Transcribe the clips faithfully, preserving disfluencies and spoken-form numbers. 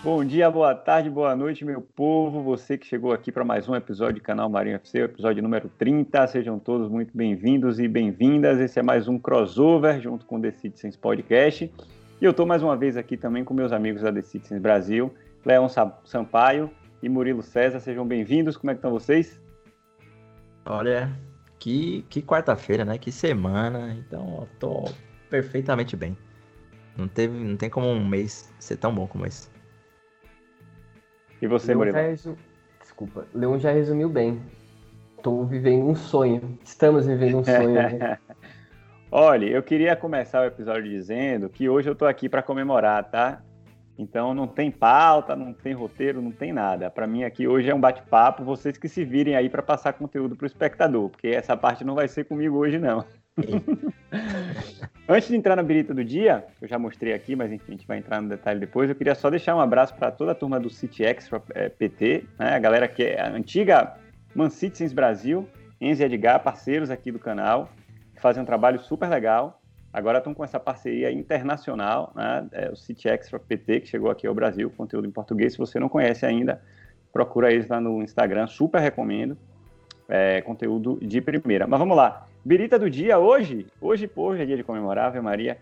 Bom dia, boa tarde, boa noite, meu povo. Você que chegou aqui para mais um episódio do canal Marinho F C, o episódio número trinta. Sejam todos muito bem-vindos e bem-vindas. Esse é mais um crossover junto com o The Citizens Podcast. E eu estou mais uma vez aqui também com meus amigos da The Citizens Brasil, Leão Sampaio e Murilo César. Sejam bem-vindos. Como é que estão vocês? Olha, que, que quarta-feira, né? Que semana. Então, eu tô perfeitamente bem. Não, teve, não tem como um mês ser tão bom como esse. E você, Leon Murilo? já resu... Desculpa, Leon já resumiu bem. Estou vivendo um sonho. Estamos vivendo um sonho. Né? Olha, eu queria começar o episódio dizendo que hoje eu estou aqui para comemorar, tá? Então não tem pauta, não tem roteiro, não tem nada. Para mim aqui hoje é um bate-papo, vocês que se virem aí para passar conteúdo para o espectador, porque essa parte não vai ser comigo hoje não. Antes de entrar na birita do dia, que eu já mostrei aqui, mas enfim, a gente vai entrar no detalhe depois, eu queria só deixar um abraço para toda a turma do City Extra é, P T, né? A galera que é a antiga Man Citizens Brasil, Enzo e Edgar, parceiros aqui do canal, que fazem um trabalho super legal. Agora estão com essa parceria internacional, né? É o City Extra P T, que chegou aqui ao Brasil, conteúdo em português. Se você não conhece ainda, procura eles lá no Instagram, super recomendo. É, conteúdo de primeira. Mas vamos lá. Birita do dia hoje, hoje, hoje é dia de comemorar, Ave Maria,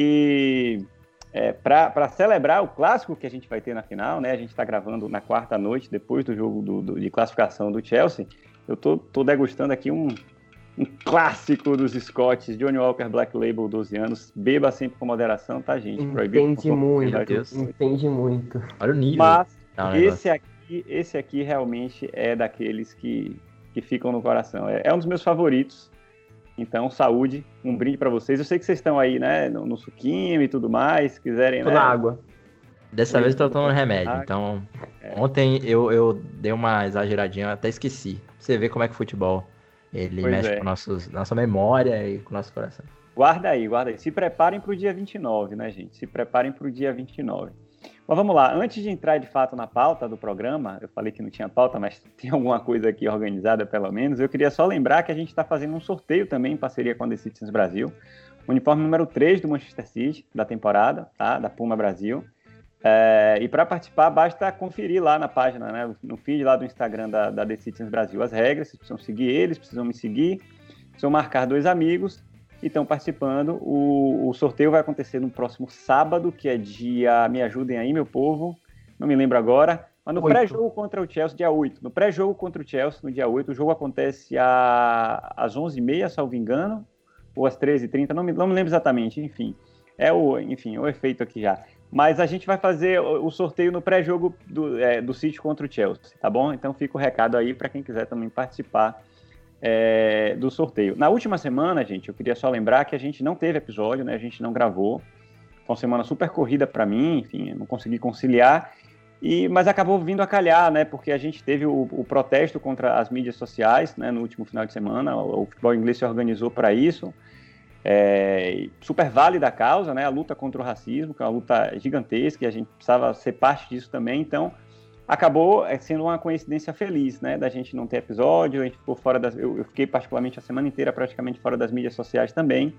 e é, para celebrar o clássico que a gente vai ter na final, né? A gente está gravando na quarta noite, depois do jogo do, do, de classificação do Chelsea. Eu tô, tô degustando aqui um, um clássico dos Scots, Johnny Walker Black Label, doze anos. Beba sempre com moderação, tá, gente? Entende muito, entende muito. Olha o nível. Mas não, esse, aqui, esse aqui realmente é daqueles que, que ficam no coração. É, é um dos meus favoritos. Então, saúde, um brinde para vocês. Eu sei que vocês estão aí, né, no, no suquinho e tudo mais, se quiserem, Tô né? na água. Dessa vez eu tô tomando remédio, então... É. Ontem eu, eu dei uma exageradinha, eu até esqueci. Você vê como é que o futebol, ele pois mexe é. com nossos, nossa memória e com o nosso coração. Guarda aí, guarda aí. Se preparem para o dia vinte e nove, né, gente? Se preparem para o dia vinte e nove. Mas vamos lá, antes de entrar de fato na pauta do programa, eu falei que não tinha pauta, mas tem alguma coisa aqui organizada pelo menos, eu queria só lembrar que a gente está fazendo um sorteio também em parceria com a The Citizens Brasil, uniforme número três do Manchester City, da temporada, tá? Da Puma Brasil. É, e para participar, basta conferir lá na página, né? No feed lá do Instagram da, da The Citizens Brasil as regras, vocês precisam seguir eles, precisam me seguir, precisam marcar dois amigos, e estão participando. O, o sorteio vai acontecer no próximo sábado, que é dia... Me ajudem aí, meu povo. Não me lembro agora. Mas no pré-jogo contra o Chelsea, dia oito. No pré-jogo contra o Chelsea, no dia oito, o jogo acontece a, às onze e meia, salvo engano, ou às treze e trinta, não me, não me lembro exatamente, enfim. É o, enfim, o efeito aqui já. Mas a gente vai fazer o sorteio no pré-jogo do, é, do City contra o Chelsea, tá bom? Então fica o recado aí para quem quiser também participar É, do sorteio. Na última semana, gente, eu queria só lembrar que a gente não teve episódio, né? A gente não gravou. Foi uma semana super corrida para mim, enfim, eu não consegui conciliar, e, mas acabou vindo a calhar, né? Porque a gente teve o, o protesto contra as mídias sociais, né? No último final de semana, o, o futebol inglês se organizou para isso. É, super válida a causa, né? A luta contra o racismo, que é uma luta gigantesca, e a gente precisava ser parte disso também, então acabou sendo uma coincidência feliz, né, da gente não ter episódio, a gente ficou fora das... Eu, eu fiquei particularmente a semana inteira praticamente fora das mídias sociais também,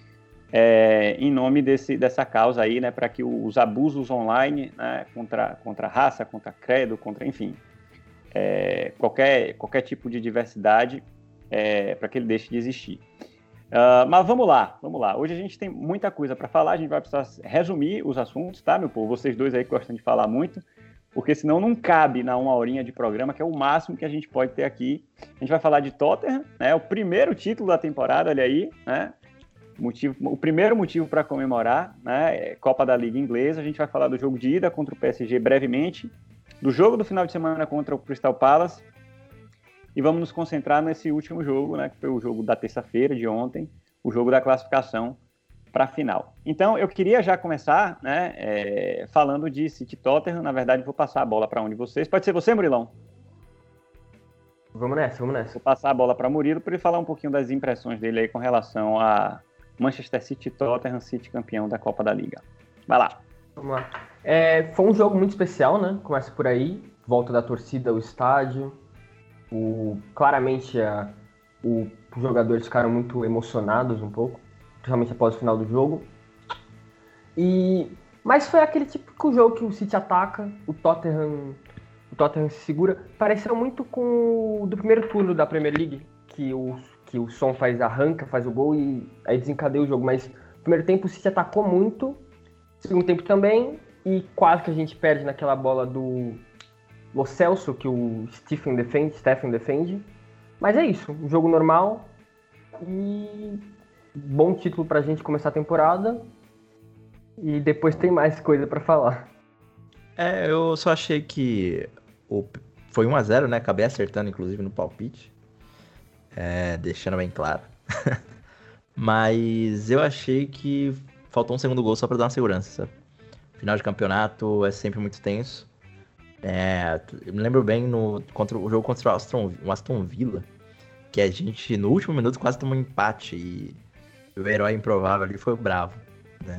é, em nome desse, dessa causa aí, né, para que os abusos online, né, contra, contra raça, contra credo, contra, enfim, é, qualquer, qualquer tipo de diversidade, é, para que ele deixe de existir. Uh, mas vamos lá, vamos lá. Hoje a gente tem muita coisa para falar, a gente vai precisar resumir os assuntos, tá, meu povo? Vocês dois aí que gostam de falar muito, porque senão não cabe na uma horinha de programa, que é o máximo que a gente pode ter aqui. A gente vai falar de Tottenham, né, o primeiro título da temporada, olha aí, né, motivo, o primeiro motivo para comemorar, né, é Copa da Liga Inglesa. A gente vai falar do jogo de ida contra o P S G brevemente, do jogo do final de semana contra o Crystal Palace, e vamos nos concentrar nesse último jogo, né, que foi o jogo da terça-feira, de ontem, o jogo da classificação para a final. Então, eu queria já começar, né, é, falando de City Tottenham. Na verdade, vou passar a bola para um de vocês. Pode ser você, Murilão? Vamos nessa, vamos nessa. Vou passar a bola para Murilo para ele falar um pouquinho das impressões dele aí com relação a Manchester City Tottenham, City campeão da Copa da Liga. Vai lá. Vamos lá. É, foi um jogo muito especial, né? Começa por aí, volta da torcida ao estádio. O, claramente, a, o, os jogadores ficaram muito emocionados um pouco, principalmente após o final do jogo. E Mas foi aquele típico jogo que o City ataca, o Tottenham, o Tottenham se segura. Pareceu muito com o do primeiro turno da Premier League, que o, que o Son faz, arranca, faz o gol e aí desencadeia o jogo. Mas no primeiro tempo o City atacou muito, segundo tempo também, e quase que a gente perde naquela bola do Lo Celso, que o Stephen defende, Stephen defende. Mas é isso, um jogo normal e bom título pra gente começar a temporada. E depois tem mais coisa pra falar. É, eu só achei que o... foi um a zero, né? Acabei acertando, inclusive, no palpite. É, deixando bem claro. Mas eu achei que faltou um segundo gol só pra dar uma segurança, sabe? Final de campeonato é sempre muito tenso. É, eu me lembro bem no contra, o jogo contra o Aston, o Aston Villa, que a gente, no último minuto, quase tomou um empate e o herói improvável ali foi o Bravo, né?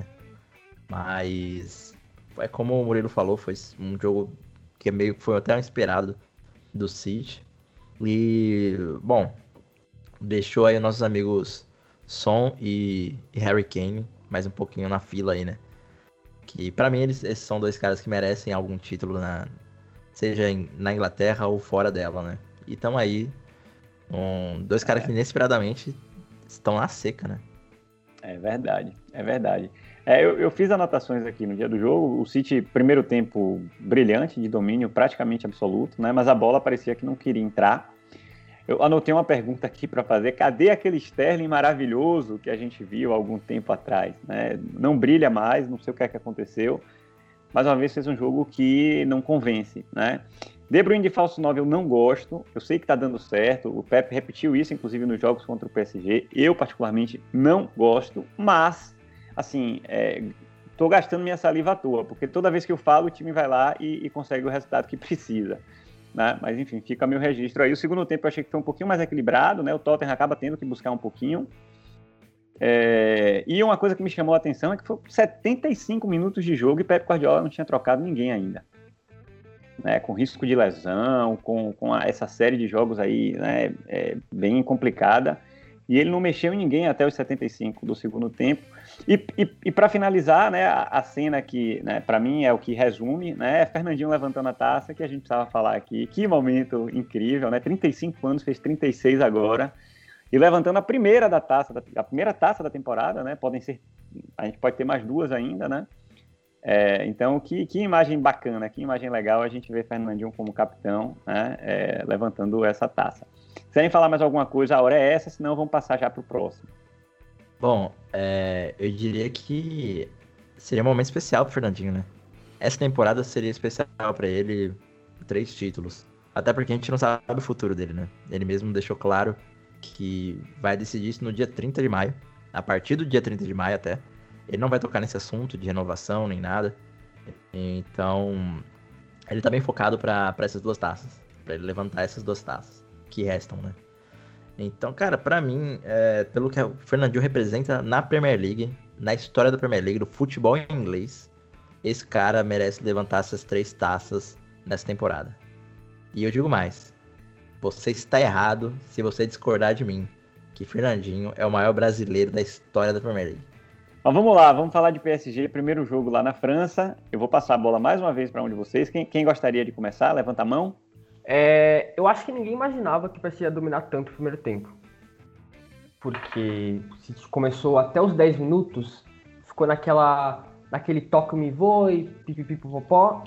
Mas é como o Murilo falou, foi um jogo que meio que foi até inesperado do City. E, bom, deixou aí nossos amigos Son e, e Harry Kane mais um pouquinho na fila aí, né? Que pra mim eles, esses são dois caras que merecem algum título, na, seja em, na Inglaterra ou fora dela, né? E estão aí, um, dois caras que inesperadamente estão na seca, né? É verdade, é verdade. É, eu, eu fiz anotações aqui no dia do jogo. O City, primeiro tempo brilhante, de domínio praticamente absoluto, né? Mas a bola parecia que não queria entrar. Eu anotei uma pergunta aqui para fazer. Cadê aquele Sterling maravilhoso que a gente viu há algum tempo atrás, né? Não brilha mais, não sei o que é que aconteceu. Mais uma vez fez um jogo que não convence, né? De Bruyne de falso nove eu não gosto. Eu sei que está dando certo. O Pep repetiu isso, inclusive, nos jogos contra o P S G. Eu, particularmente, não gosto. Mas, assim, estou é, gastando minha saliva à toa. Porque toda vez que eu falo, o time vai lá e, e consegue o resultado que precisa. Né? Mas, enfim, fica meu registro aí. O segundo tempo eu achei que foi um pouquinho mais equilibrado, né? O Tottenham acaba tendo que buscar um pouquinho. É... E uma coisa que me chamou a atenção é que foi setenta e cinco minutos de jogo e Pep Guardiola não tinha trocado ninguém ainda. Né, com risco de lesão, com, com a, essa série de jogos aí, né, é, bem complicada, e ele não mexeu em ninguém até os setenta e cinco do segundo tempo. E, e, e para finalizar, né, a, a cena que, né, para mim é o que resume, né, é Fernandinho levantando a taça, que a gente precisava falar aqui. Que momento incrível, né? trinta e cinco anos, fez trinta e seis agora, e levantando a primeira da taça, a primeira taça da temporada, né? Podem ser, a gente pode ter mais duas ainda, né? É, então, que, que imagem bacana, que imagem legal a gente ver Fernandinho como capitão, né, é, levantando essa taça. Se querem falar mais alguma coisa, a hora é essa, senão vamos passar já para o próximo. Bom, é, eu diria que seria um momento especial para o Fernandinho, né? Essa temporada seria especial para ele, três títulos. Até porque a gente não sabe o futuro dele, né? Ele mesmo deixou claro que vai decidir isso no dia trinta de maio, a partir do dia trinta de maio até. Ele não vai tocar nesse assunto de renovação nem nada. Então, ele tá bem focado para essas duas taças. Para ele levantar essas duas taças que restam, né? Então, cara, pra mim, é, pelo que o Fernandinho representa na Premier League, na história da Premier League, do futebol em inglês, esse cara merece levantar essas três taças nessa temporada. E eu digo mais, você está errado se você discordar de mim, que Fernandinho é o maior brasileiro da história da Premier League. Mas vamos lá, vamos falar de P S G, primeiro jogo lá na França. Eu vou passar a bola mais uma vez para um de vocês. Quem, quem gostaria de começar? Levanta a mão. É, eu acho que ninguém imaginava que o P S G ia dominar tanto o primeiro tempo. Porque se começou até os dez minutos, ficou naquela, naquele toque-me voe, pipipipopopó.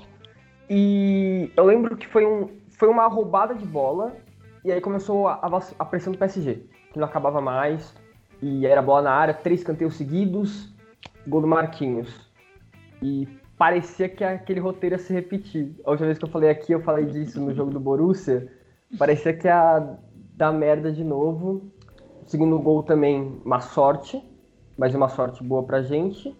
E eu lembro que foi, um, foi uma roubada de bola, e aí começou a, a, a pressão do P S G, que não acabava mais. E era bola na área, três canteiros seguidos, gol do Marquinhos. E parecia que aquele roteiro ia se repetir. A última vez que eu falei aqui, eu falei disso no jogo do Borussia, parecia que ia dar merda de novo. O segundo gol também, uma sorte, mas uma sorte boa pra gente.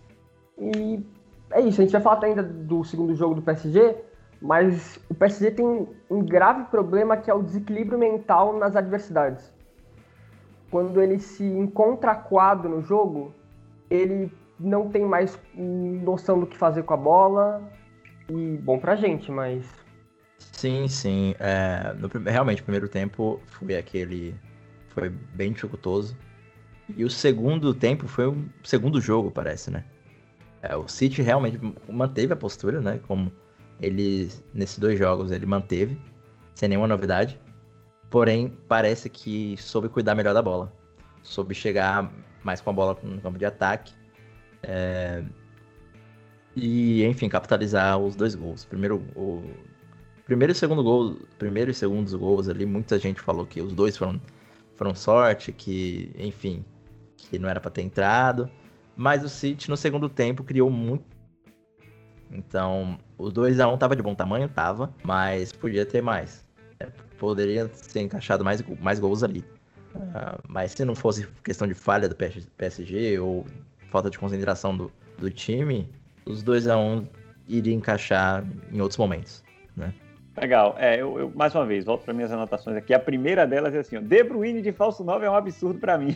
E é isso, a gente vai falar ainda do segundo jogo do P S G, mas o P S G tem um grave problema que é o desequilíbrio mental nas adversidades. Quando ele se encontra acuado no jogo, ele não tem mais noção do que fazer com a bola. E bom pra gente, mas... Sim, sim. É, no, realmente, o primeiro tempo foi aquele... Foi bem dificultoso. E o segundo tempo foi um segundo jogo, parece, né? É, o City realmente manteve a postura, né? Como ele, nesses dois jogos, ele manteve, sem nenhuma novidade. Porém, parece que soube cuidar melhor da bola. Soube chegar mais com a bola no campo de ataque. É... E, enfim, capitalizar os dois gols. Primeiro, o primeiro e segundo gol, primeiro e segundo gols ali, muita gente falou que os dois foram, foram sorte, que, enfim, que não era para ter entrado. Mas o City, no segundo tempo, criou muito. Então, o dois a um tava de bom tamanho, tava, mas podia ter mais. É, poderia ser encaixado mais, mais gols ali. Uh, mas se não fosse questão de falha do P S G ou falta de concentração do, do time, os dois a um iriam encaixar em outros momentos, né? Legal. É, eu, eu mais uma vez, volto para minhas anotações aqui. A primeira delas é assim, ó, De Bruyne de falso nove é um absurdo para mim.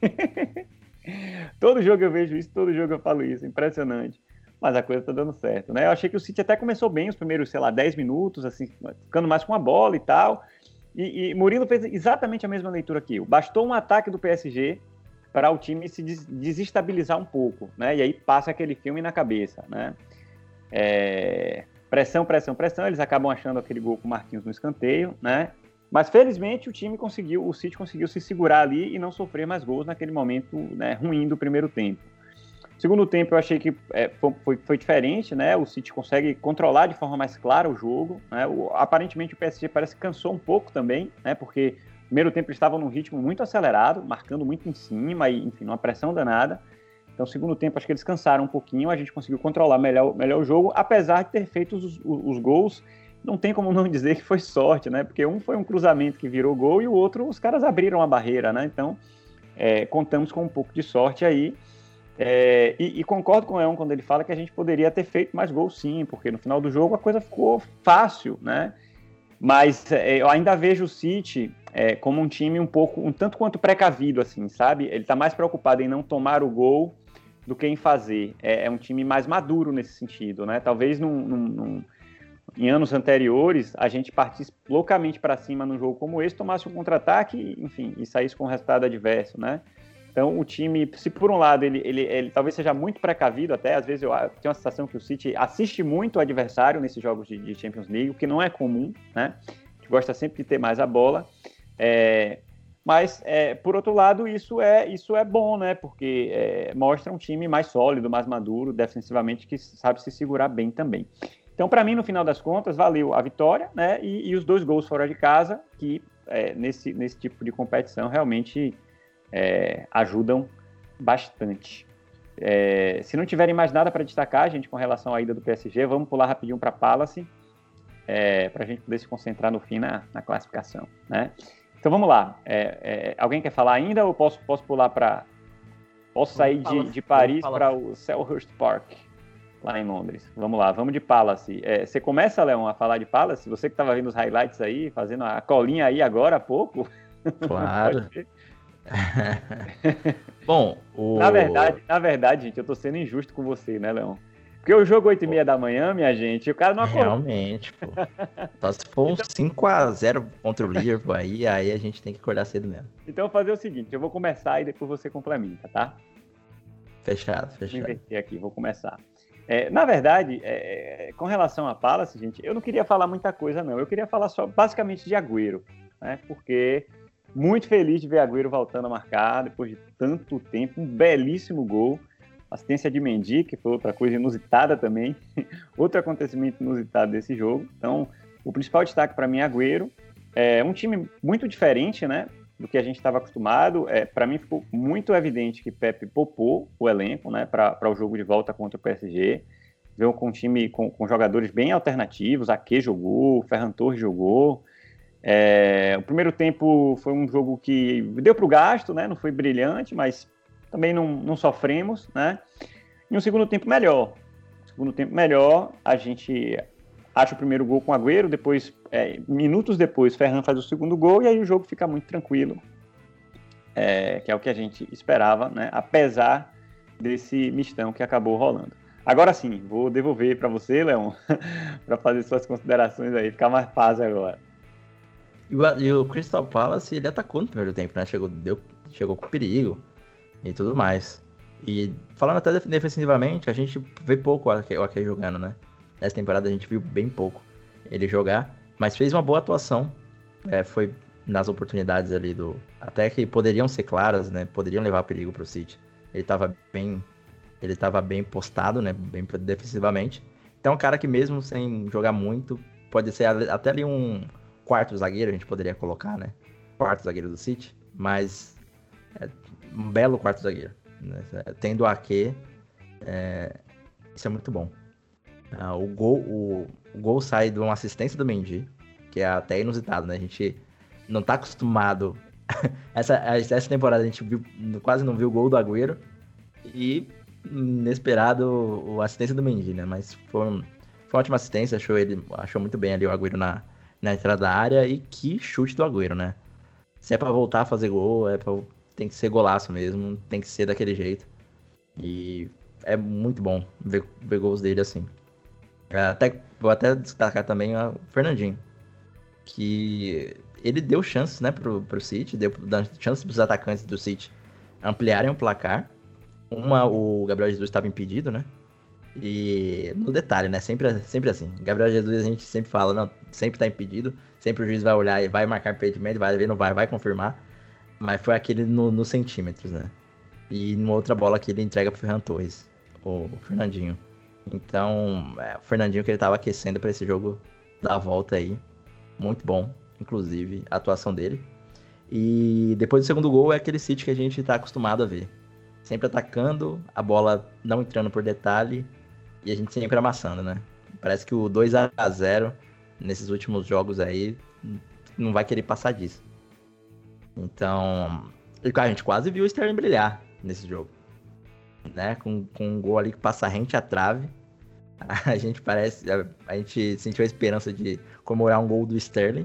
Todo jogo eu vejo isso, todo jogo eu falo isso, impressionante. Mas a coisa tá dando certo, né? Eu achei que o City até começou bem os primeiros, sei lá, dez minutos, assim, ficando mais com a bola e tal. E, e Mourinho fez exatamente a mesma leitura que eu. Bastou um ataque do P S G para o time se des- desestabilizar um pouco, né? E aí passa aquele filme na cabeça, né? É... Pressão, pressão, pressão. Eles acabam achando aquele gol com o Marquinhos no escanteio, né? Mas felizmente o time conseguiu, o City conseguiu se segurar ali e não sofrer mais gols naquele momento, né, ruim do primeiro tempo. Segundo tempo eu achei que é, foi, foi diferente, né? O City consegue controlar de forma mais clara o jogo, né? O, aparentemente o P S G parece que cansou um pouco também, né? Porque no primeiro tempo eles estavam num ritmo muito acelerado, marcando muito em cima e, enfim, numa pressão danada. Então, no segundo tempo, acho que eles cansaram um pouquinho, a gente conseguiu controlar melhor, melhor o jogo, apesar de ter feito os, os, os gols. Não tem como não dizer que foi sorte, né? Porque um foi um cruzamento que virou gol e o outro, os caras abriram a barreira, né? Então, é, contamos com um pouco de sorte aí. É, e, e concordo com o Leão quando ele fala que a gente poderia ter feito mais gols sim, porque no final do jogo a coisa ficou fácil, né? Mas é, eu ainda vejo o City é, como um time um pouco, um tanto quanto precavido, assim, sabe? Ele tá mais preocupado em não tomar o gol do que em fazer. É, é um time mais maduro nesse sentido, né? Talvez num, num, num, em anos anteriores a gente partisse loucamente para cima num jogo como esse, tomasse um contra-ataque, enfim, e saísse com um resultado adverso, né? Então, o time, se por um lado ele, ele, ele talvez seja muito precavido até, às vezes eu tenho a sensação que o City assiste muito o adversário nesses jogos de, de Champions League, o que não é comum, né? A gente gosta sempre de ter mais a bola. É, mas, é, por outro lado, isso é, isso é bom, né? Porque é, mostra um time mais sólido, mais maduro, defensivamente, que sabe se segurar bem também. Então, para mim, no final das contas, valeu a vitória, né? E, e os dois gols fora de casa, que é, nesse, nesse tipo de competição realmente... É, ajudam bastante. É, se não tiverem mais nada para destacar, gente, com relação à ida do P S G, vamos pular rapidinho para Palace, é, para a gente poder se concentrar no fim na, na classificação, né? Então vamos lá. É, é, alguém quer falar ainda ou posso, posso pular para... Posso sair de, de Paris para o Selhurst Park, lá em Londres. Vamos lá, vamos de Palace. É, você começa, Leão, a falar de Palace? Você que estava vendo os highlights aí, fazendo a colinha aí agora há pouco? Claro. Bom, o... na verdade, na verdade, gente, eu tô sendo injusto com você, né, Leão? Porque o jogo oito e meia da manhã, minha gente, o cara não acordou. Realmente, pô. Só se for um então... cinco a zero contra o Liverpool aí, aí a gente tem que acordar cedo mesmo. Então eu vou fazer o seguinte, eu vou começar e depois você complementa, tá? Fechado, fechado. Vou inverter aqui, vou começar. É, na verdade, é, com relação a Palace, gente, eu não queria falar muita coisa, não. Eu queria falar só basicamente de Agüero, né? Porque... muito feliz de ver Agüero voltando a marcar depois de tanto tempo, um belíssimo gol, assistência de Mendy, que foi outra coisa inusitada também, outro acontecimento inusitado desse jogo. Então, o principal destaque para mim é Agüero, é um time muito diferente, né, do que a gente estava acostumado. É, para mim ficou muito evidente que Pepe poupou o elenco, né, para o jogo de volta contra o P S G, veio com um time com, com jogadores bem alternativos, Ake jogou, Ferran Torres jogou. É, o primeiro tempo foi um jogo que deu para o gasto, né? Não foi brilhante, mas também não, não sofremos, né? E um segundo tempo melhor. Segundo tempo melhor, a gente acha o primeiro gol com o Agüero, depois, é, minutos depois, Ferran faz o segundo gol e aí o jogo fica muito tranquilo, é, que é o que a gente esperava, né? Apesar desse mistão que acabou rolando. Agora sim, vou devolver para você, Leão, para fazer suas considerações aí, ficar mais fácil agora. E o, e o Crystal Palace, ele atacou no primeiro tempo, né? Chegou, deu, chegou com perigo e tudo mais. E falando até defensivamente, a gente vê pouco o Ake, o Ake jogando, né? Nessa temporada a gente viu bem pouco ele jogar, mas fez uma boa atuação. É, foi nas oportunidades ali do... Até que poderiam ser claras, né? Poderiam levar perigo pro City. Ele tava bem... Ele tava bem postado, né? Bem defensivamente. Então, é um cara que mesmo sem jogar muito, pode ser até ali um quarto zagueiro, a gente poderia colocar, né? Quarto zagueiro do City. Mas é um belo quarto zagueiro. Né? Tendo o Ake, é... isso é muito bom. Ah, o, gol, o, o gol sai de uma assistência do Mendy, que é até inusitado, né? A gente não tá acostumado. essa, essa temporada a gente viu, quase não viu o gol do Agüero. E inesperado a assistência do Mendy, né? Mas foi, um, foi uma ótima assistência, achou ele achou muito bem ali o Agüero na, na entrada da área. E que chute do Agüero, né? Se é pra voltar a fazer gol, é pra, tem que ser golaço mesmo, tem que ser daquele jeito. E é muito bom ver, ver gols dele assim. Até, vou até destacar também o Fernandinho, que ele deu chances, né, pro, pro City, deu chances pros atacantes do City ampliarem o placar. Uma, o Gabriel Jesus estava impedido, né? E no detalhe, né? Sempre, sempre assim. Gabriel Jesus a gente sempre fala, não, sempre tá impedido. Sempre o juiz vai olhar e vai marcar impedimento, vai ver, não vai, vai confirmar. Mas foi aquele no, nos centímetros, né? E numa outra bola que ele entrega pro Ferran Torres, o Fernandinho. Então, é, o Fernandinho que ele tava aquecendo para esse jogo da volta aí. Muito bom, inclusive, a atuação dele. E depois do segundo gol é aquele City que a gente tá acostumado a ver. Sempre atacando, a bola não entrando por detalhe e a gente sempre amassando, né? Parece que o dois a zero nesses últimos jogos aí não vai querer passar disso. Então, a gente quase viu o Sterling brilhar nesse jogo. Né? Com, com um gol ali que passa rente à trave. A gente parece. A, a gente sentiu a esperança de comemorar um gol do Sterling,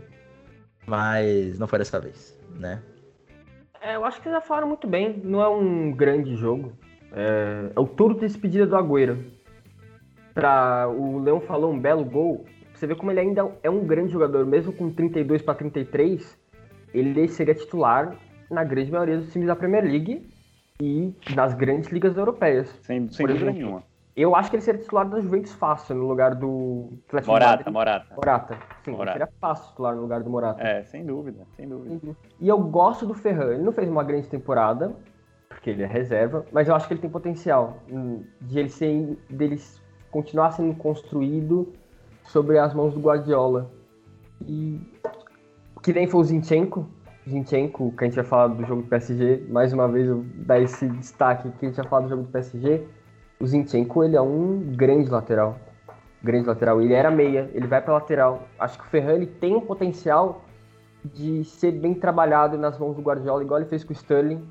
mas não foi dessa vez, né? É, eu acho que vocês já falaram muito bem. Não é um grande jogo. É, é o turno de despedida do Agüero. Pra, o Leão falou um belo gol. Você vê como ele ainda é um grande jogador. Mesmo com trinta e dois para trinta e três, ele seria titular na grande maioria dos times da Premier League e nas grandes ligas europeias. Sem, sem dúvida nenhuma. Eu acho que ele seria titular da Juventus fácil, no lugar do Atlético Morata, Madrid. Morata. Morata, sim, Morata. Ele seria fácil titular no lugar do Morata. É, sem dúvida, sem dúvida. E eu gosto do Ferran. Ele não fez uma grande temporada, porque ele é reserva, mas eu acho que ele tem potencial de ele ser, dele continuar sendo construído sobre as mãos do Guardiola. E que nem foi o Zinchenko. Zinchenko, que a gente vai falar do jogo do P S G, mais uma vez eu dar esse destaque que a gente vai falar do jogo do P S G. O Zinchenko, ele é um grande lateral. Grande lateral. Ele era meia, ele vai pra lateral. Acho que o Ferran, ele tem um potencial de ser bem trabalhado nas mãos do Guardiola, igual ele fez com o Sterling.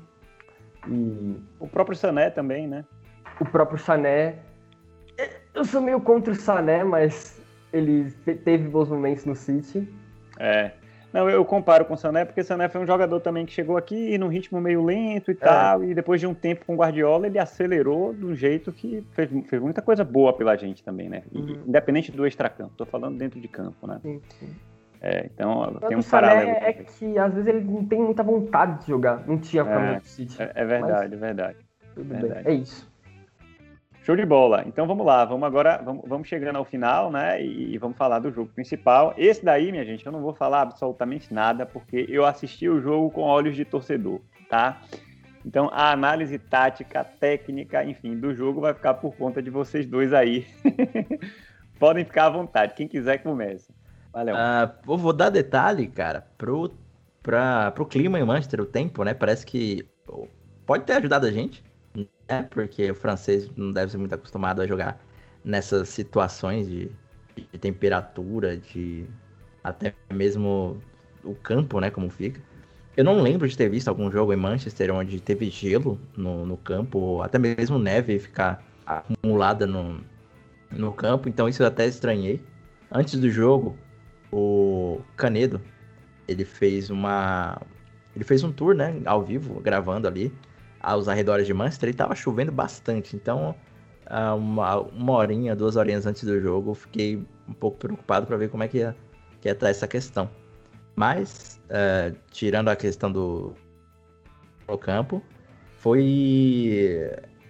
E o próprio Sané também, né? O próprio Sané. Eu sou meio contra o Sané, mas ele teve bons momentos no City. É. Não, eu comparo com o Sané, porque o Sané foi um jogador também que chegou aqui num ritmo meio lento e tal, é. E depois de um tempo com o Guardiola, ele acelerou de um jeito que fez, fez muita coisa boa pela gente também, né? Uhum. Independente do extracampo, tô falando dentro de campo, né? Sim, sim. É, então tem um paralelo. O Sané é que às vezes ele não tem muita vontade de jogar, não tinha pra é, City. É, é verdade, mas... é verdade. Tudo verdade. bem, é isso. Show de bola. Então vamos lá, vamos agora, vamos, vamos chegando ao final, né? E, e vamos falar do jogo principal. Esse daí, minha gente, eu não vou falar absolutamente nada, porque eu assisti o jogo com olhos de torcedor, tá? Então a análise tática, técnica, enfim, do jogo vai ficar por conta de vocês dois aí. Podem ficar à vontade, quem quiser comece. Valeu. Uh, vou dar detalhe, cara, pro, pra, pro clima em Manchester, o tempo, né? Parece que pode ter ajudado a gente. É, porque o francês não deve ser muito acostumado a jogar nessas situações de, de temperatura, de até mesmo o campo, né, como fica. Eu não lembro de ter visto algum jogo em Manchester onde teve gelo no, no campo, ou até mesmo neve ficar acumulada no, no campo, então isso eu até estranhei. Antes do jogo, o Canedo, ele fez uma... ele fez um tour, né, ao vivo, gravando ali, aos arredores de Manchester, e tava chovendo bastante, então uma, uma horinha, duas horinhas antes do jogo, eu fiquei um pouco preocupado para ver como é que ia, que ia estar essa questão. Mas, uh, tirando a questão do, do campo, foi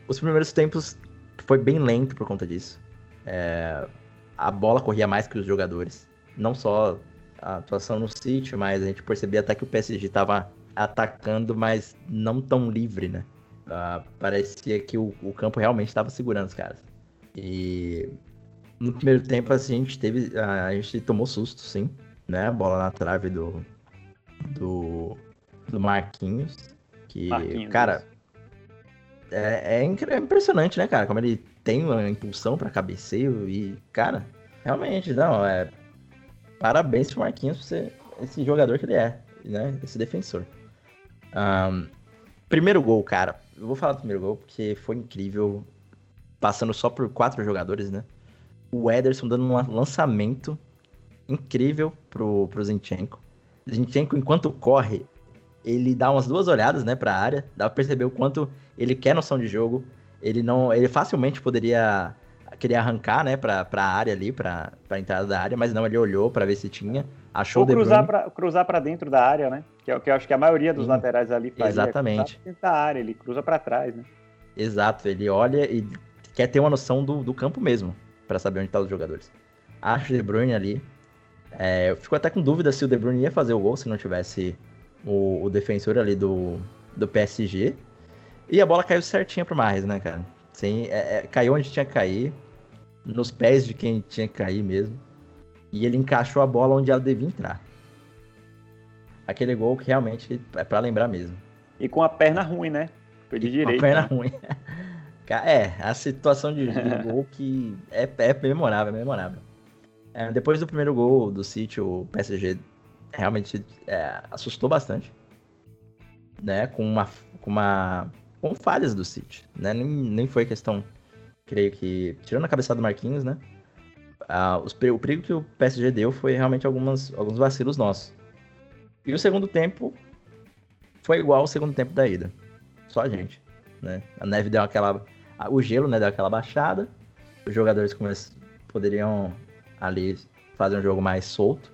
os primeiros tempos foi bem lento por conta disso. É, a bola corria mais que os jogadores. Não só a atuação no City, mas a gente percebia até que o P S G estava atacando, mas não tão livre, né? Uh, parecia que o, o campo realmente estava segurando os caras. E no primeiro tempo assim, a gente teve. A gente tomou susto, sim. Né? A bola na trave do. Do. Do Marquinhos. Que, Marquinhos, cara. É, é impressionante, né, cara? Como ele tem uma impulsão para cabeceio. E, cara, realmente, não. É. Parabéns pro Marquinhos por ser esse jogador que ele é, né? Esse defensor. Um, primeiro gol, cara. Eu vou falar do primeiro gol porque foi incrível. Passando só por quatro jogadores, né? O Ederson dando um lançamento incrível pro, pro Zinchenko. Zinchenko, enquanto corre, ele dá umas duas olhadas, né, pra área. Dá pra perceber o quanto ele quer noção de jogo. Ele não, ele facilmente poderia querer arrancar, né, pra, pra área ali, pra, pra entrada da área, mas não, ele olhou pra ver se tinha. Achou Ou o De Bruyne. cruzar pra, cruzar pra dentro da área, né? Que é o que eu acho que a maioria dos Sim, laterais ali faria. exatamente. Cruzar pra dentro da área, ele cruza pra trás, né? Exato, ele olha e quer ter uma noção do, do campo mesmo, pra saber onde estão os jogadores. Acho o De Bruyne ali. É, eu fico até com dúvida se o De Bruyne ia fazer o gol se não tivesse o, o defensor ali do, do P S G. E a bola caiu certinha pro Mahrez, né, cara? Sim, é, é, caiu onde tinha que cair, nos pés de quem tinha que cair mesmo. E ele encaixou a bola onde ela devia entrar. Aquele gol que realmente é pra lembrar mesmo. E com a perna ruim, né? Foi de direita. Com a perna né? ruim. É, a situação de, de gol que é, é memorável, é memorável. É, depois do primeiro gol do City, o P S G realmente é, assustou bastante, né? Com uma, com uma, com falhas do City, né? Nem, nem foi questão, creio que tirando a cabeçada do Marquinhos, né? Ah, os, o perigo que o P S G deu foi realmente algumas, alguns vacilos nossos. E o segundo tempo foi igual ao segundo tempo da ida, só a gente, né? A neve deu aquela, o gelo, né? Deu aquela baixada, os jogadores começam, poderiam ali fazer um jogo mais solto.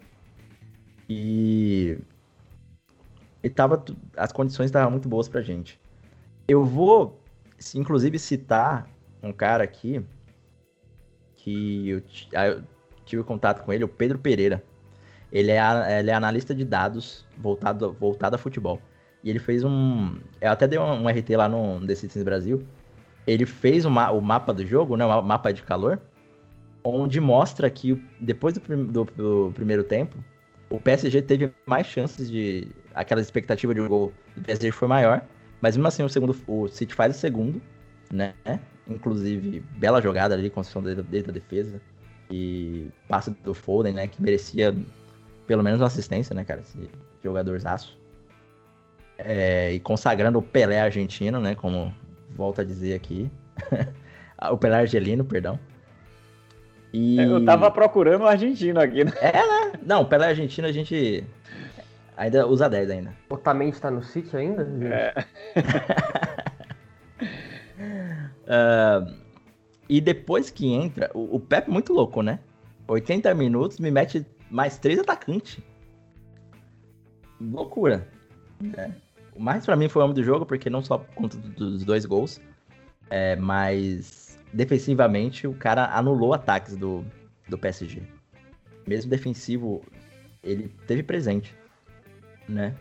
E, e tava, as condições estavam muito boas pra gente. Eu vou, inclusive, citar um cara aqui que eu, eu tive contato com ele, o Pedro Pereira. Ele é, ele é analista de dados voltado, voltado a futebol. E ele fez um... Eu até dei um, um R T lá no The Citizens Brasil. Ele fez uma, o mapa do jogo, né, o mapa de calor, onde mostra que depois do, do, do primeiro tempo, o P S G teve mais chances de... Aquela expectativa de um gol do P S G foi maior, mas mesmo assim o, segundo, o City faz o segundo, né? Inclusive, bela jogada ali, construção dentro da defesa. E passe do Foden, né? Que merecia pelo menos uma assistência, né, cara? Esse jogadorzaço. É, e consagrando o Pelé argentino, né? Como volto a dizer aqui. O Pelé argelino, perdão. E... Eu tava procurando o argentino aqui, né? É, né? Não, Pelé argentino a gente ainda usa dez ainda. Otamendi tá no City ainda? É. uh, e depois que entra, o, o Pep é muito louco, né? oitenta minutos, me mete mais três atacantes. Loucura. Né? O mais pra mim foi o homem do jogo, porque não só por conta dos dois gols, é, mas defensivamente o cara anulou ataques do, do P S G. Mesmo defensivo, ele teve presente, né?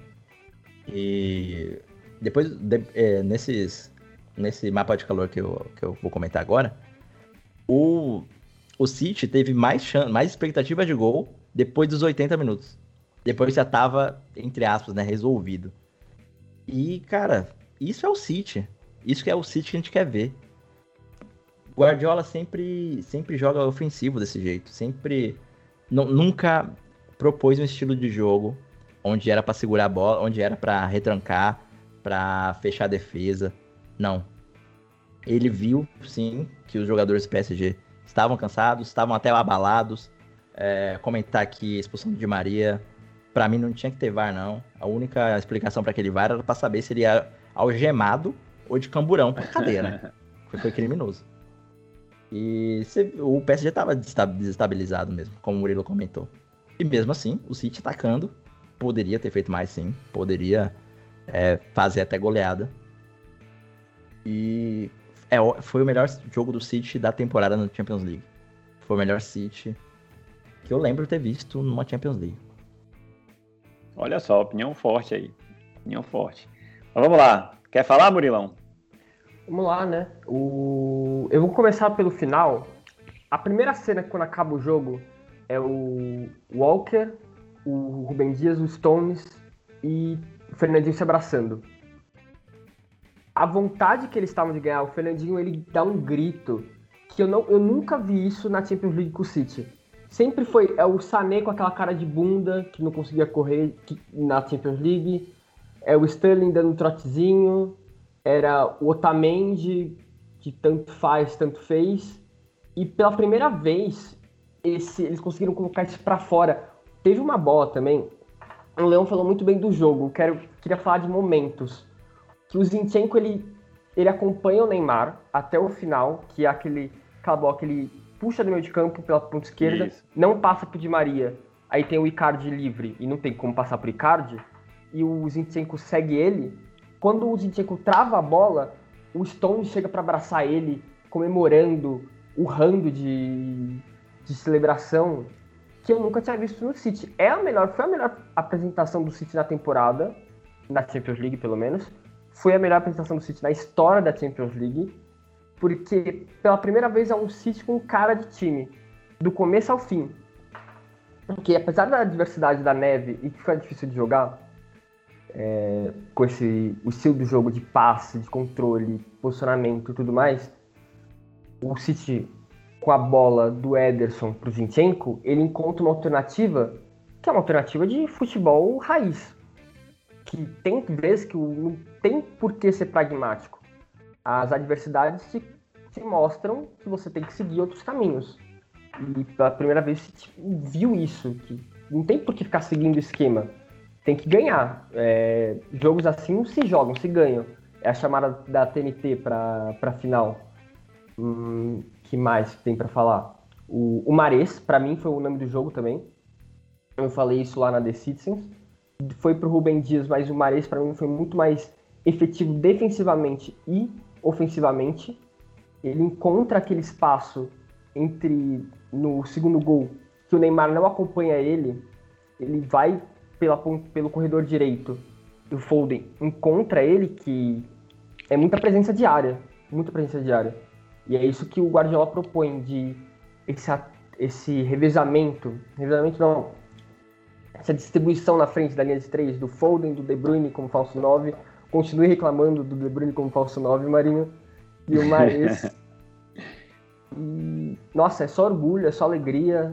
E depois, de, é, nesses, nesse mapa de calor que eu, que eu vou comentar agora, o, o City teve mais, chance, mais expectativa de gol depois dos oitenta minutos. Depois já tava, entre aspas, né, resolvido. E, cara, isso é o City. Isso que é o City que a gente quer ver. Guardiola sempre, sempre joga ofensivo desse jeito. Sempre... Nunca propôs um estilo de jogo onde era pra segurar a bola, onde era pra retrancar, pra fechar a defesa. Não. Ele viu, sim, que os jogadores do P S G estavam cansados, estavam até abalados. É, comentar aqui a expulsão de Di Maria, pra mim não tinha que ter V A R, não. A única explicação pra aquele V A R era pra saber se ele ia algemado ou de camburão pra cadeira. Foi, foi criminoso. E cê, o P S G tava desestabilizado mesmo, como o Murilo comentou. E mesmo assim, o City atacando, poderia ter feito mais sim, poderia é, fazer até goleada. E É, foi o melhor jogo do City da temporada na Champions League. Foi o melhor City que eu lembro ter visto numa Champions League. Olha só, opinião forte aí. Opinião forte. Mas vamos lá. Quer falar, Murilão? Vamos lá, né? O... Eu vou começar pelo final. A primeira cena, quando acaba o jogo, é o Walker, o Rubem Dias, o Stones e o Fernandinho se abraçando. A vontade que eles estavam de ganhar, o Fernandinho, ele dá um grito que eu, não, eu nunca vi isso na Champions League com o City. Sempre foi é o Sané com aquela cara de bunda, que não conseguia correr que, na Champions League. É o Sterling dando um trotezinho. Era o Otamendi, que tanto faz, tanto fez. E pela primeira vez, esse, eles conseguiram colocar isso pra fora. Teve uma bola também. O Leão falou muito bem do jogo. Quero, queria falar de momentos. Que o Zinchenko, ele, ele acompanha o Neymar até o final, que é aquele, aquela bola que ele puxa do meio de campo pela ponta esquerda, Isso. não passa pro Di Maria, aí tem o Icardi livre e não tem como passar pro Icardi, e o Zinchenko segue ele. Quando o Zinchenko trava a bola, o Stone chega para abraçar ele, comemorando, urrando de, de celebração, que eu nunca tinha visto no City. É a melhor, foi a melhor apresentação do City na temporada, na Champions League pelo menos. Foi a melhor apresentação do City na história da Champions League, porque pela primeira vez é um City com cara de time, do começo ao fim. Porque apesar da diversidade da neve e que fica difícil de jogar, é, com esse, o estilo do jogo de passe, de controle, posicionamento e tudo mais, o City, com a bola do Ederson pro Zinchenko, ele encontra uma alternativa, que é uma alternativa de futebol raiz. Que tem vezes que não tem por que ser pragmático. As adversidades te, te mostram que você tem que seguir outros caminhos. E pela primeira vez você viu isso, que não tem por que ficar seguindo o esquema. Tem que ganhar. É, jogos assim não se jogam, se ganham. É a chamada da T N T para a final. Hum, que mais tem para falar? O, o Mahrez, para mim, foi o nome do jogo também. Eu falei isso lá na The Citizens. Foi pro Rubem Dias, mas o Mahrez para mim foi muito mais efetivo defensivamente e ofensivamente. Ele encontra aquele espaço entre no segundo gol, que o Neymar não acompanha ele, ele vai pela, pelo corredor direito, o Foden encontra ele, que é muita presença diária, muita presença diária. E é isso que o Guardiola propõe, de esse, esse revezamento, revezamento não, essa distribuição na frente da linha de três, do Foden, do De Bruyne como falso nove. Continue reclamando do De Bruyne como falso nove, Marinho. E o Mahrez. E, nossa, é só orgulho, é só alegria.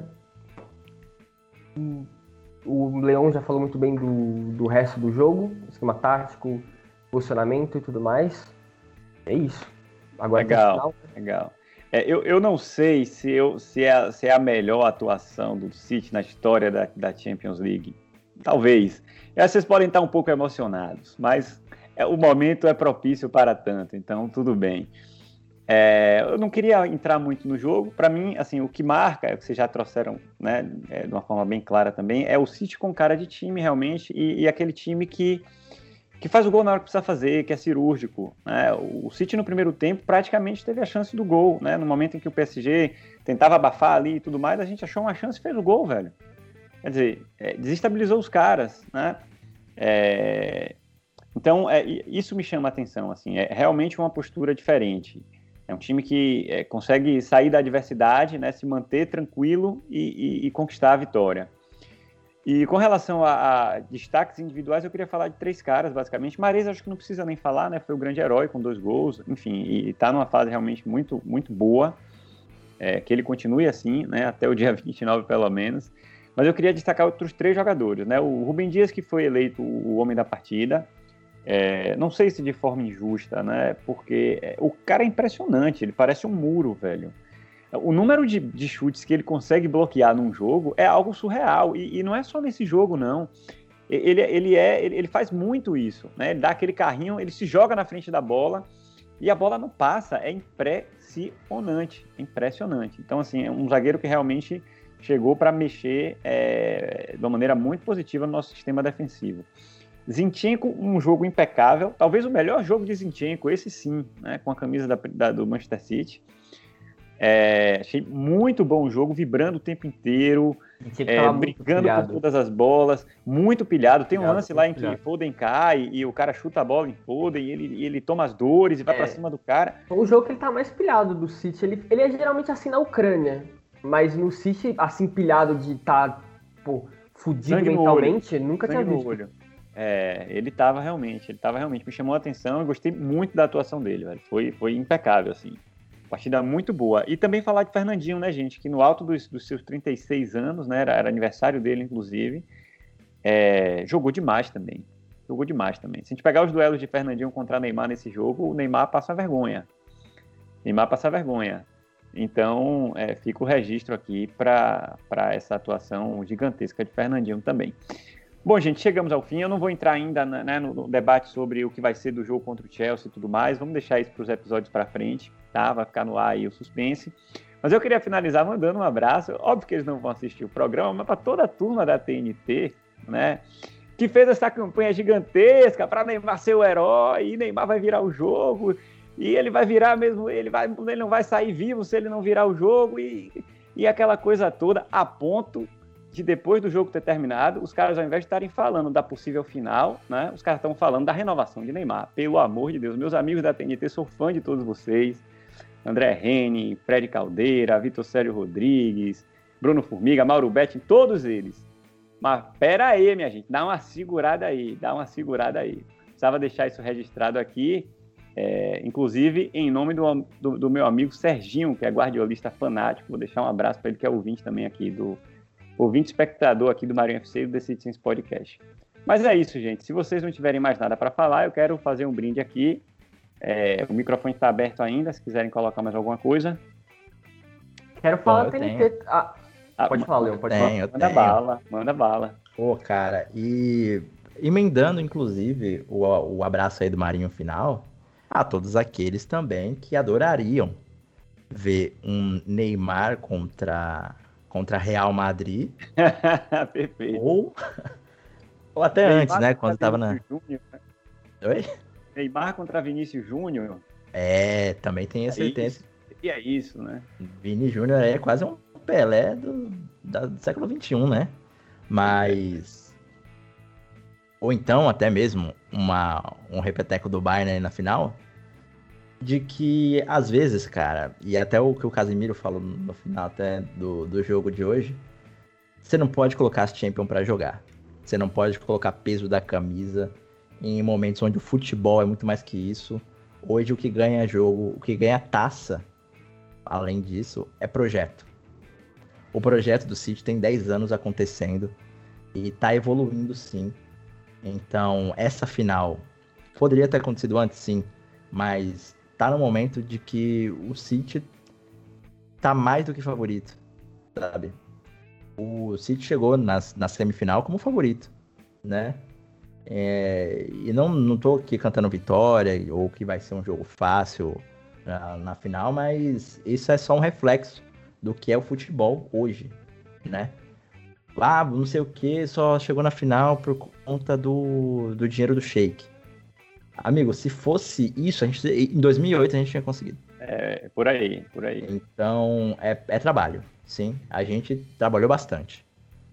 E o Leão já falou muito bem do, do resto do jogo, esquema tático, posicionamento e tudo mais. É isso. Agora legal, final. legal. É, eu, eu não sei se, eu, se, é, se é a melhor atuação do City na história da, da Champions League. Talvez. E vocês podem estar um pouco emocionados, mas é, o momento é propício para tanto, então tudo bem. É, eu não queria entrar muito no jogo. Para mim, assim, o que marca, é o que vocês já trouxeram, né, é, de uma forma bem clara também, é o City com cara de time realmente, e, e aquele time que que faz o gol na hora que precisa fazer, que é cirúrgico, né? O City no primeiro tempo praticamente teve a chance do gol, né? No momento em que o P S G tentava abafar ali e tudo mais, a gente achou uma chance e fez o gol, velho. Quer dizer, é, desestabilizou os caras, né? É... Então, é, isso me chama a atenção, assim, é realmente uma postura diferente. É um time que é, consegue sair da adversidade, né? Se manter tranquilo e, e, e conquistar a vitória. E com relação a, a destaques individuais, eu queria falar de três caras, basicamente. Mahrez, acho que não precisa nem falar, né? Foi o grande herói com dois gols, enfim, e está numa fase realmente muito, muito boa, é, que ele continue assim, né? Até o dia vinte e nove, pelo menos. Mas eu queria destacar outros três jogadores, né? O Rubem Dias, que foi eleito o homem da partida, é, não sei se de forma injusta, né? Porque é, o cara é impressionante, ele parece um muro, velho. O número de, de chutes que ele consegue bloquear num jogo é algo surreal. E, e não é só nesse jogo, não. Ele, ele, é, ele, ele faz muito isso, né? Ele dá aquele carrinho, ele se joga na frente da bola e a bola não passa. É impressionante. É impressionante. Então, assim, é um zagueiro que realmente chegou para mexer é, de uma maneira muito positiva no nosso sistema defensivo. Zinchenko, um jogo impecável, talvez o melhor jogo de Zinchenko, esse sim, né, com a camisa da, da, do Manchester City. É, achei muito bom o jogo, vibrando o tempo inteiro, é, brigando pilhado. por todas as bolas, muito pilhado. Tem um pilhado, lance lá em pilhado. que Foden cai e o cara chuta a bola em Foden e ele, e ele toma as dores e vai é. pra cima do cara. O jogo que ele tá mais pilhado do City, ele, ele é geralmente assim na Ucrânia, mas no City, assim, pilhado de estar, tá, pô, fudido Sangue mentalmente, nunca Sangue tinha visto. Olho. É, ele tava realmente, ele tava realmente, me chamou a atenção e gostei muito da atuação dele, velho. Foi, foi impecável, assim. Partida muito boa. E também falar de Fernandinho, né, gente? Que no alto dos, dos seus trinta e seis anos, né? Era, era aniversário dele, inclusive. É, jogou demais também. Jogou demais também. Se a gente pegar os duelos de Fernandinho contra Neymar nesse jogo, o Neymar passa vergonha. Neymar passa vergonha. Então, é, fica o registro aqui para essa atuação gigantesca de Fernandinho também. Bom, gente, chegamos ao fim. Eu não vou entrar ainda, né, no, no debate sobre o que vai ser do jogo contra o Chelsea e tudo mais. Vamos deixar isso para os episódios para frente, tá? Vai ficar no ar aí o suspense. Mas eu queria finalizar mandando um abraço. Óbvio que eles não vão assistir o programa, mas para toda a turma da T N T, né? Que fez essa campanha gigantesca para Neymar ser o herói, e Neymar vai virar o jogo, e ele vai virar mesmo, ele, vai, ele não vai sair vivo se ele não virar o jogo, e, e aquela coisa toda, a ponto de depois do jogo ter terminado, os caras, ao invés de estarem falando da possível final, né, os caras estão falando da renovação de Neymar. Pelo amor de Deus, meus amigos da T N T, sou fã de todos vocês. André Rene, Fred Caldeira, Vitor Célio Rodrigues, Bruno Formiga, Mauro Betti, todos eles. Mas pera aí, minha gente, dá uma segurada aí, dá uma segurada aí. Precisava deixar isso registrado aqui, é, inclusive em nome do, do, do meu amigo Serginho, que é guardiolista fanático. Vou deixar um abraço para ele, que é ouvinte também aqui do... ouvinte espectador aqui do Marinho F C e do The Citizens Podcast. Mas é isso, gente. Se vocês não tiverem mais nada para falar, eu quero fazer um brinde aqui. É, o microfone está aberto ainda, se quiserem colocar mais alguma coisa. Quero falar T N T. Ah, ah, pode falar, Leon, pode tenho, falar. Manda tenho. bala, manda bala. Pô, cara, e emendando, inclusive, o, o abraço aí do Marinho final, a todos aqueles também que adorariam ver um Neymar contra... contra Real Madrid. Perfeito. Ou, ou até Neymar antes, né? Quando tava na... Júnior, né? Oi? Neymar contra Vinícius Júnior. É, também tem esse... É tem esse... E é isso, né? Vini Júnior é quase um Pelé do, da, do século vinte e um, né? Mas... Ou então, até mesmo, uma, um repeteco do Bayern aí na final... de que, às vezes, cara, e até o que o Casemiro falou no final até do, do jogo de hoje, você não pode colocar as Champions pra jogar. Você não pode colocar peso da camisa em momentos onde o futebol é muito mais que isso. Hoje o que ganha jogo, o que ganha taça, além disso, é projeto. O projeto do City tem dez anos acontecendo e tá evoluindo, sim. Então, essa final poderia ter acontecido antes, sim, mas... tá no momento de que o City tá mais do que favorito, sabe? O City chegou nas, na semifinal como favorito, né? É, e não, não tô aqui cantando vitória ou que vai ser um jogo fácil na, na final, mas isso é só um reflexo do que é o futebol hoje, né? Ah, não sei o que, só chegou na final por conta do, do dinheiro do Sheik. Amigo, se fosse isso, a gente, em dois mil e oito a gente tinha conseguido. É, por aí, por aí. Então, é, é trabalho, sim. A gente trabalhou bastante.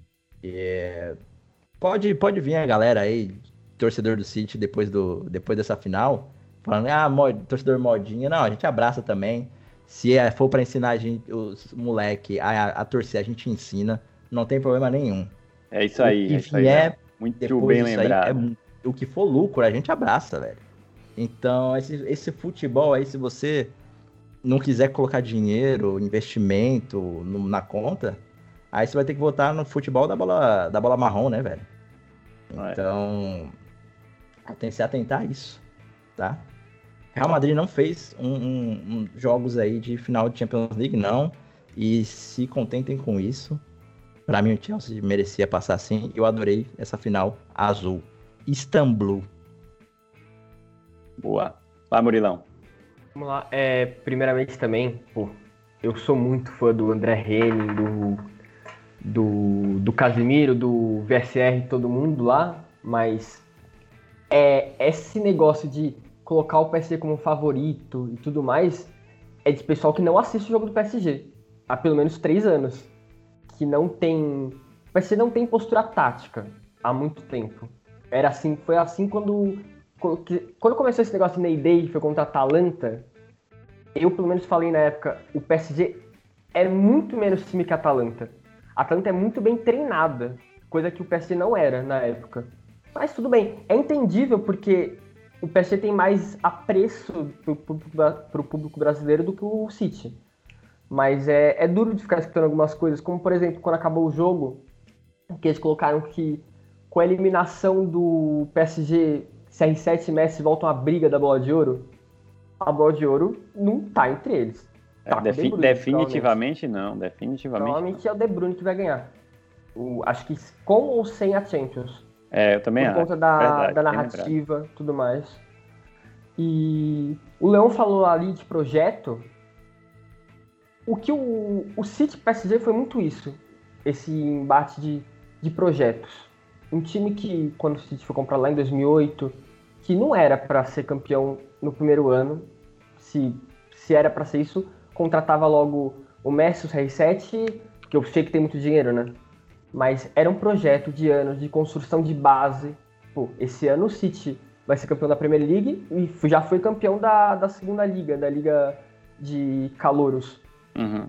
E, pode, pode vir a galera aí, torcedor do City, depois, do, depois dessa final, falando, ah, mod, torcedor modinha. Não, a gente abraça também. Se é, for para ensinar a gente, os moleque a, a torcer, a gente ensina. Não tem problema nenhum. É isso aí. O que é isso aí, vier, muito bem lembrado. Aí, é, o que for lucro, a gente abraça, velho. Então, esse, esse futebol aí, se você não quiser colocar dinheiro, investimento no, na conta, aí você vai ter que votar no futebol da bola, da bola marrom, né, velho? Então, tem que se atentar a isso, tá? Real Madrid não fez um, um, um jogos aí de final de Champions League, não. E se contentem com isso. Pra mim, o Chelsea merecia passar assim. Eu adorei essa final azul. Istambul. Boa. Vai, Murilão. Vamos lá. É, primeiramente também, pô, eu sou muito fã do André Rene, do, do, do Casemiro, do V S R, todo mundo lá, mas é, esse negócio de colocar o P S G como favorito e tudo mais é de pessoal que não assiste o jogo do P S G há pelo menos três anos. Que não tem... O P S G não tem postura tática há muito tempo. Era assim, foi assim quando... Quando começou esse negócio de Ney Day, foi contra a Atalanta, eu pelo menos falei na época, o P S G é muito menos time que a Atalanta. A Atalanta é muito bem treinada, coisa que o P S G não era na época. Mas tudo bem, é entendível porque o P S G tem mais apreço pro público, pro público brasileiro do que o City. Mas é, é duro de ficar escutando algumas coisas, como por exemplo, quando acabou o jogo, que eles colocaram que com a eliminação do P S G, C R sete e Messi voltam à briga da Bola de Ouro. A Bola de Ouro não tá entre eles. Tá é, defi- Bruyne, definitivamente não, definitivamente Provavelmente não. é o De Bruyne que vai ganhar. O, acho que com ou sem a Champions. É, eu também por acho. Por conta da, Verdade, da narrativa e tudo mais. E o Leão falou ali de projeto. O que o, o City P S G foi muito isso. Esse embate de, de projetos. Um time que, quando o City foi comprado lá em dois mil e oito, que não era para ser campeão no primeiro ano. Se, se era para ser isso, contratava logo o Messi, o C R sete, que eu sei que tem muito dinheiro, né? Mas era um projeto de anos de construção de base. Pô, esse ano o City vai ser campeão da Premier League e já foi campeão da, da segunda liga, da Liga de Calouros. Uhum.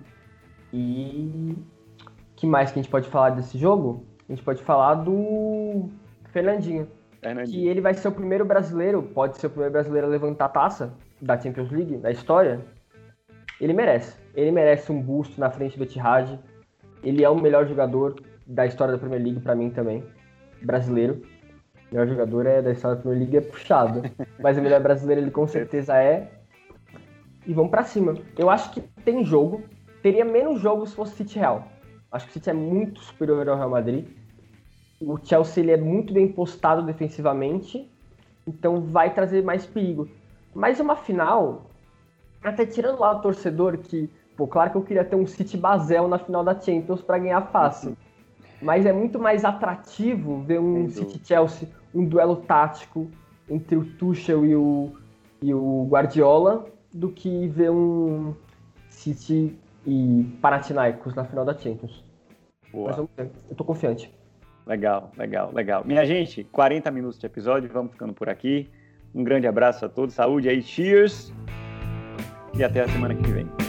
E o que mais que a gente pode falar desse jogo? A gente pode falar do Fernandinho. Fernandinho. Que ele vai ser o primeiro brasileiro, pode ser o primeiro brasileiro a levantar a taça da Champions League, da história. Ele merece. Ele merece um busto na frente do Etihad. Ele é o melhor jogador da história da Premier League pra mim também. Brasileiro. O melhor jogador é da história da Premier League é puxado. Mas o melhor brasileiro ele com certeza é. E vamos pra cima. Eu acho que tem jogo. Teria menos jogo se fosse City Real. Acho que o City é muito superior ao Real Madrid. O Chelsea ele é muito bem postado defensivamente. Então vai trazer mais perigo. Mas uma final, até tirando lá o torcedor que... Pô, claro que eu queria ter um City Basel na final da Champions para ganhar fácil. Mas é muito mais atrativo ver um City-Chelsea, um duelo tático entre o Tuchel e o, e o Guardiola, do que ver um City e Panathinaikos na final da Champions. Boa. Mas vamos ver, eu tô confiante. Legal, legal, legal. Minha gente, quarenta minutos de episódio, vamos ficando por aqui. Um grande abraço a todos, saúde aí, cheers! E até a semana que vem.